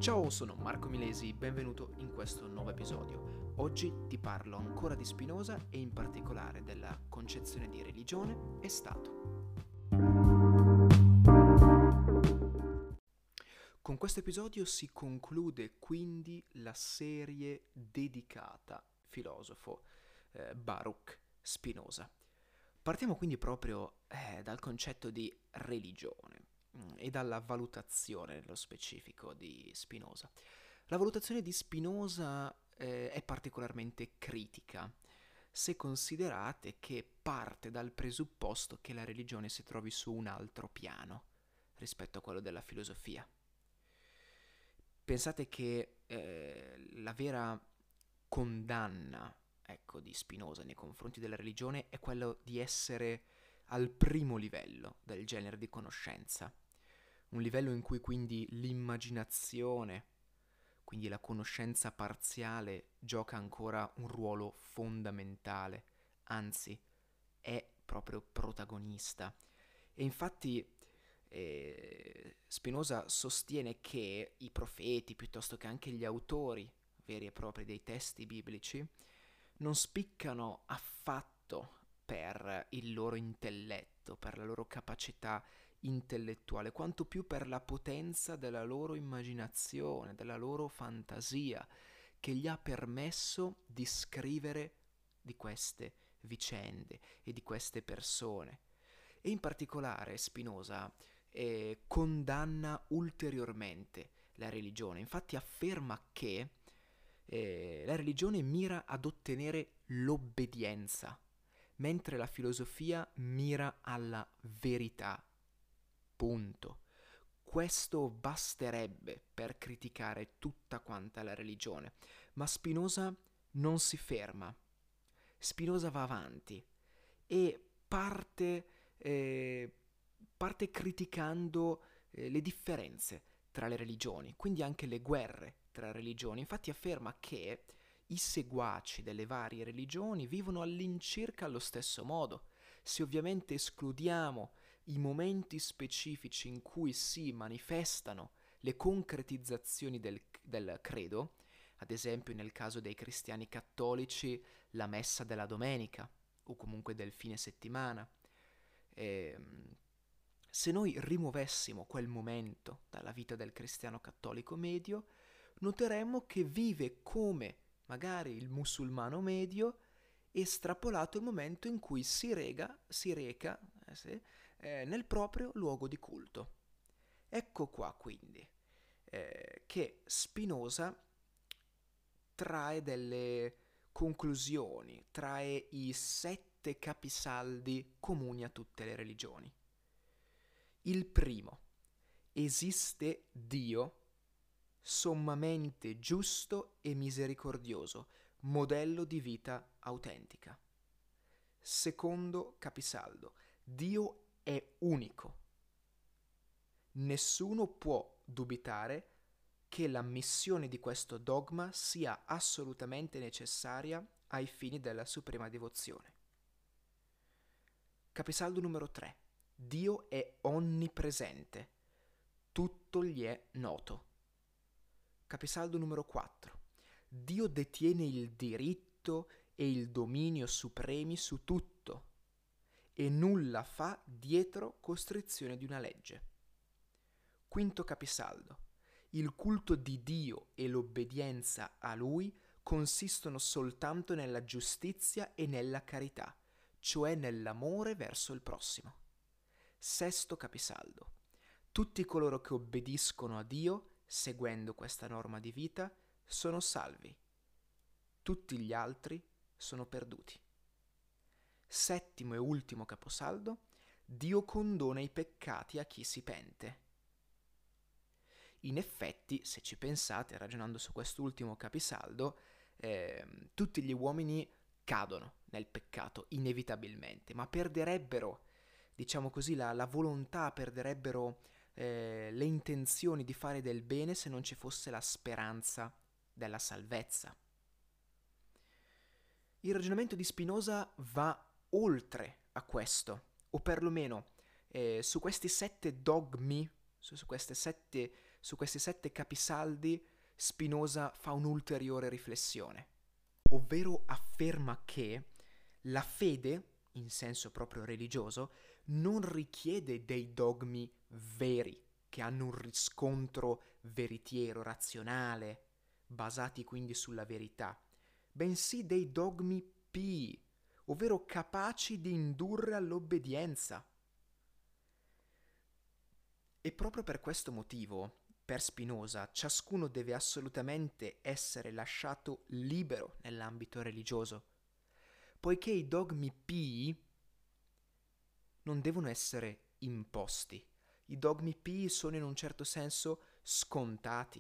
Ciao, sono Marco Milesi, benvenuto in questo nuovo episodio. Oggi ti parlo ancora di Spinoza e in particolare della concezione di religione e Stato. Con questo episodio si conclude quindi la serie dedicata filosofo Baruch Spinoza. Partiamo quindi proprio dal concetto di religione e dalla valutazione nello specifico di Spinoza. La valutazione di Spinoza è particolarmente critica se considerate che parte dal presupposto che la religione si trovi su un altro piano rispetto a quello della filosofia. Pensate che la vera condanna, ecco, di Spinoza nei confronti della religione è quello di essere al primo livello del genere di conoscenza, un livello in cui quindi l'immaginazione, quindi la conoscenza parziale, gioca ancora un ruolo fondamentale, anzi è proprio protagonista. E infatti Spinoza sostiene che i profeti, piuttosto che anche gli autori veri e propri dei testi biblici, non spiccano affatto per il loro intelletto, per la loro capacità intellettuale, quanto più per la potenza della loro immaginazione, della loro fantasia, che gli ha permesso di scrivere di queste vicende e di queste persone. E in particolare Spinoza condanna ulteriormente la religione, infatti afferma che la religione mira ad ottenere l'obbedienza, mentre la filosofia mira alla verità. Punto. Questo basterebbe per criticare tutta quanta la religione, ma Spinoza non si ferma. Spinoza va avanti e parte criticando le differenze tra le religioni, quindi anche le guerre tra religioni. Infatti afferma che i seguaci delle varie religioni vivono all'incirca allo stesso modo. Se ovviamente escludiamo i momenti specifici in cui si manifestano le concretizzazioni del credo, ad esempio nel caso dei cristiani cattolici la messa della domenica o comunque del fine settimana, se noi rimuovessimo quel momento dalla vita del cristiano cattolico medio, noteremmo che vive come magari il musulmano medio, estrapolato il momento in cui si reca nel proprio luogo di culto. Ecco qua quindi che Spinoza trae delle conclusioni, trae i 7 capisaldi comuni a tutte le religioni. Il primo: esiste Dio sommamente giusto e misericordioso, modello di vita autentica. Secondo capisaldo: Dio è unico. Nessuno può dubitare che l'ammissione di questo dogma sia assolutamente necessaria ai fini della suprema devozione. Capisaldo numero 3. Dio è onnipresente, tutto gli è noto. Capisaldo numero 4. Dio detiene il diritto e il dominio supremi su tutto e nulla fa dietro costrizione di una legge. Quinto capisaldo. Il culto di Dio e l'obbedienza a Lui consistono soltanto nella giustizia e nella carità, cioè nell'amore verso il prossimo. Sesto capisaldo. Tutti coloro che obbediscono a Dio, seguendo questa norma di vita, sono salvi. Tutti gli altri sono perduti. Settimo e ultimo caposaldo. Dio condona i peccati a chi si pente. In effetti, se ci pensate, ragionando su quest'ultimo capisaldo, tutti gli uomini cadono nel peccato inevitabilmente, ma perderebbero, diciamo così, la volontà, perderebbero le intenzioni di fare del bene se non ci fosse la speranza della salvezza. Il ragionamento di Spinoza va oltre a questo, o perlomeno su questi 7 dogmi, su queste 7 Su questi 7 capisaldi Spinoza fa un'ulteriore riflessione, ovvero afferma che la fede, in senso proprio religioso, non richiede dei dogmi veri, che hanno un riscontro veritiero, razionale, basati quindi sulla verità, bensì dei dogmi pii, ovvero capaci di indurre all'obbedienza. E proprio per questo motivo, per Spinoza, ciascuno deve assolutamente essere lasciato libero nell'ambito religioso, poiché i dogmi pii non devono essere imposti. I dogmi pii sono in un certo senso scontati.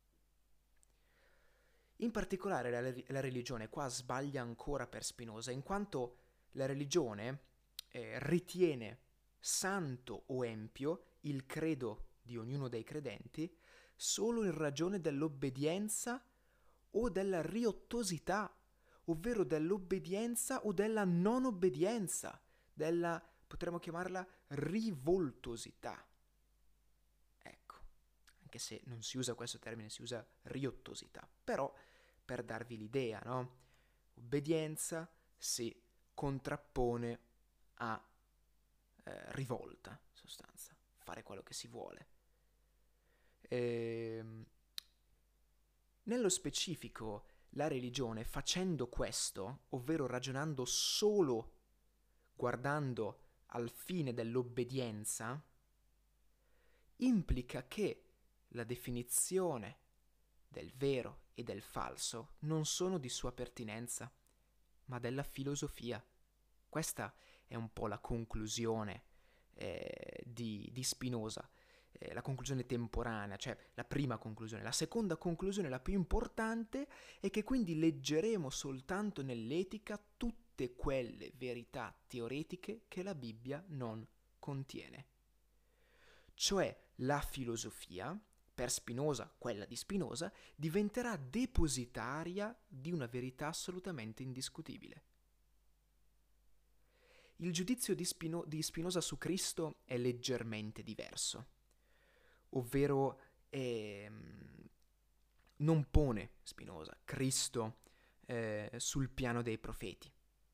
In particolare la religione qua sbaglia ancora per Spinoza, in quanto la religione ritiene santo o empio il credo di ognuno dei credenti solo in ragione dell'obbedienza o della riottosità, ovvero dell'obbedienza o della non obbedienza, della, potremmo chiamarla, rivoltosità. Ecco, anche se non si usa questo termine, si usa riottosità, però per darvi l'idea, no? Obbedienza si contrappone a rivolta, in sostanza, fare quello che si vuole. Nello specifico, la religione, facendo questo, ovvero ragionando solo guardando al fine dell'obbedienza, implica che la definizione del vero e del falso non sono di sua pertinenza, ma della filosofia. Questa è un po' la conclusione di Spinoza, la conclusione temporanea, cioè la prima conclusione. La seconda conclusione, la più importante, è che quindi leggeremo soltanto nell'etica tutte quelle verità teoretiche che la Bibbia non contiene. Cioè la filosofia, per Spinoza, quella di Spinoza, diventerà depositaria di una verità assolutamente indiscutibile. Il giudizio di Spinoza su Cristo è leggermente diverso, ovvero non pone Spinoza Cristo sul piano dei profeti,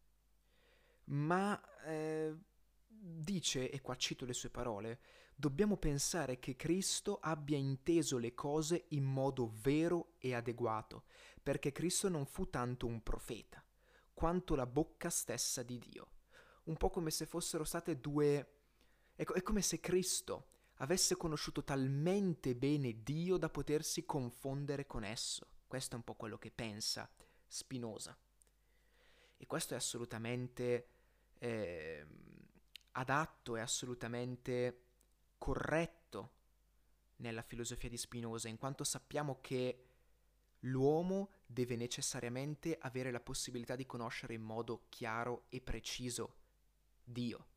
ma dice, e qua cito le sue parole, dobbiamo pensare che Cristo abbia inteso le cose in modo vero e adeguato, perché Cristo non fu tanto un profeta, quanto la bocca stessa di Dio. Un po' come se fossero state due... È come se Cristo avesse conosciuto talmente bene Dio da potersi confondere con esso. Questo è un po' quello che pensa Spinoza. E questo è assolutamente adatto, è assolutamente corretto nella filosofia di Spinoza, in quanto sappiamo che l'uomo deve necessariamente avere la possibilità di conoscere in modo chiaro e preciso Dio.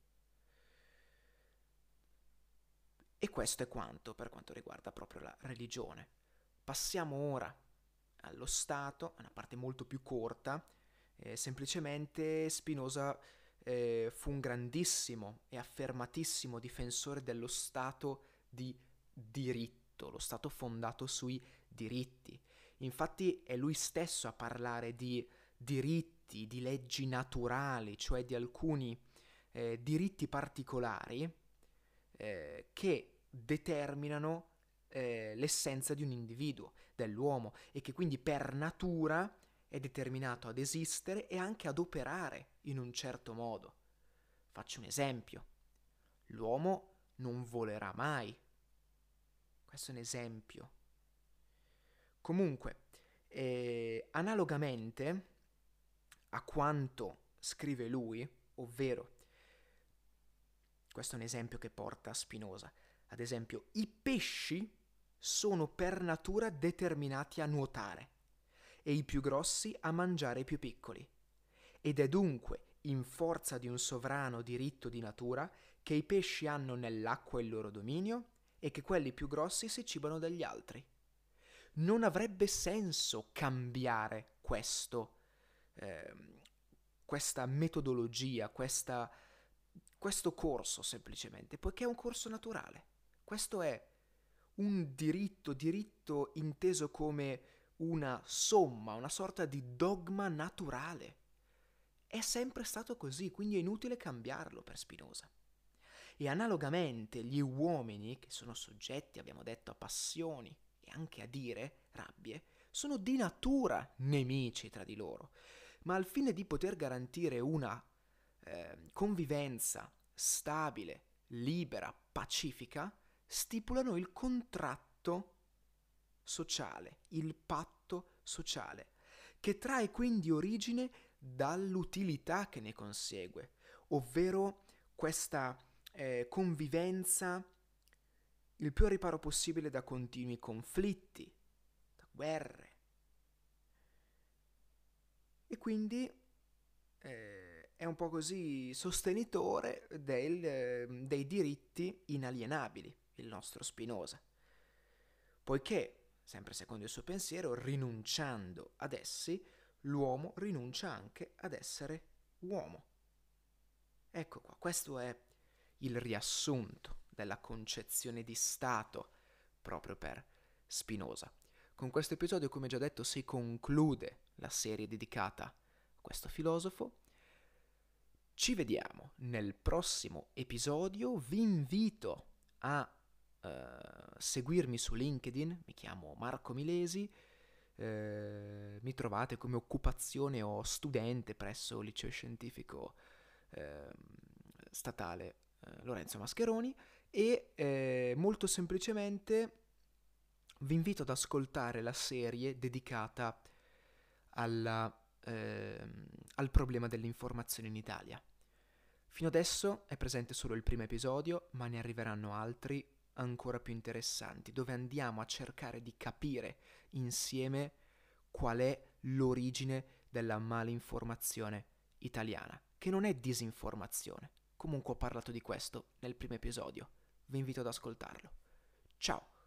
E questo è quanto per quanto riguarda proprio la religione. Passiamo ora allo Stato, una parte molto più corta. Semplicemente Spinoza fu un grandissimo e affermatissimo difensore dello Stato di diritto, lo Stato fondato sui diritti. Infatti è lui stesso a parlare di diritti, di leggi naturali, cioè di alcuni diritti particolari che determinano l'essenza di un individuo, dell'uomo, e che quindi per natura è determinato ad esistere e anche ad operare in un certo modo. Faccio un esempio. L'uomo non volerà mai. Questo è un esempio. Comunque, analogamente a quanto scrive lui, ovvero, questo è un esempio che porta Spinoza, ad esempio, i pesci sono per natura determinati a nuotare e i più grossi a mangiare i più piccoli. Ed è dunque in forza di un sovrano diritto di natura che i pesci hanno nell'acqua il loro dominio e che quelli più grossi si cibano dagli altri. Non avrebbe senso cambiare questa metodologia, questo corso semplicemente, poiché è un corso naturale. Questo è un diritto inteso come una somma, una sorta di dogma naturale. È sempre stato così, quindi è inutile cambiarlo per Spinoza. E analogamente gli uomini, che sono soggetti, abbiamo detto, a passioni e anche a dire, rabbie, sono di natura nemici tra di loro, ma al fine di poter garantire una convivenza stabile, libera, pacifica, stipulano il contratto sociale, il patto sociale, che trae quindi origine dall'utilità che ne consegue, ovvero questa convivenza il più a riparo possibile da continui conflitti, da guerre. E quindi è un po' così sostenitore dei diritti inalienabili, il nostro Spinoza, poiché, sempre secondo il suo pensiero, rinunciando ad essi, l'uomo rinuncia anche ad essere uomo. Ecco qua, questo è il riassunto della concezione di Stato proprio per Spinoza. Con questo episodio, come già detto, si conclude la serie dedicata a questo filosofo. Ci vediamo nel prossimo episodio, vi invito a seguirmi su LinkedIn, mi chiamo Marco Milesi, mi trovate come occupazione o studente presso il liceo scientifico statale Lorenzo Mascheroni e molto semplicemente vi invito ad ascoltare la serie dedicata al problema dell'informazione in Italia. Fino adesso è presente solo il primo episodio, ma ne arriveranno altri ancora più interessanti, dove andiamo a cercare di capire insieme qual è l'origine della malinformazione italiana, che non è disinformazione. Comunque ho parlato di questo nel primo episodio. Vi invito ad ascoltarlo. Ciao!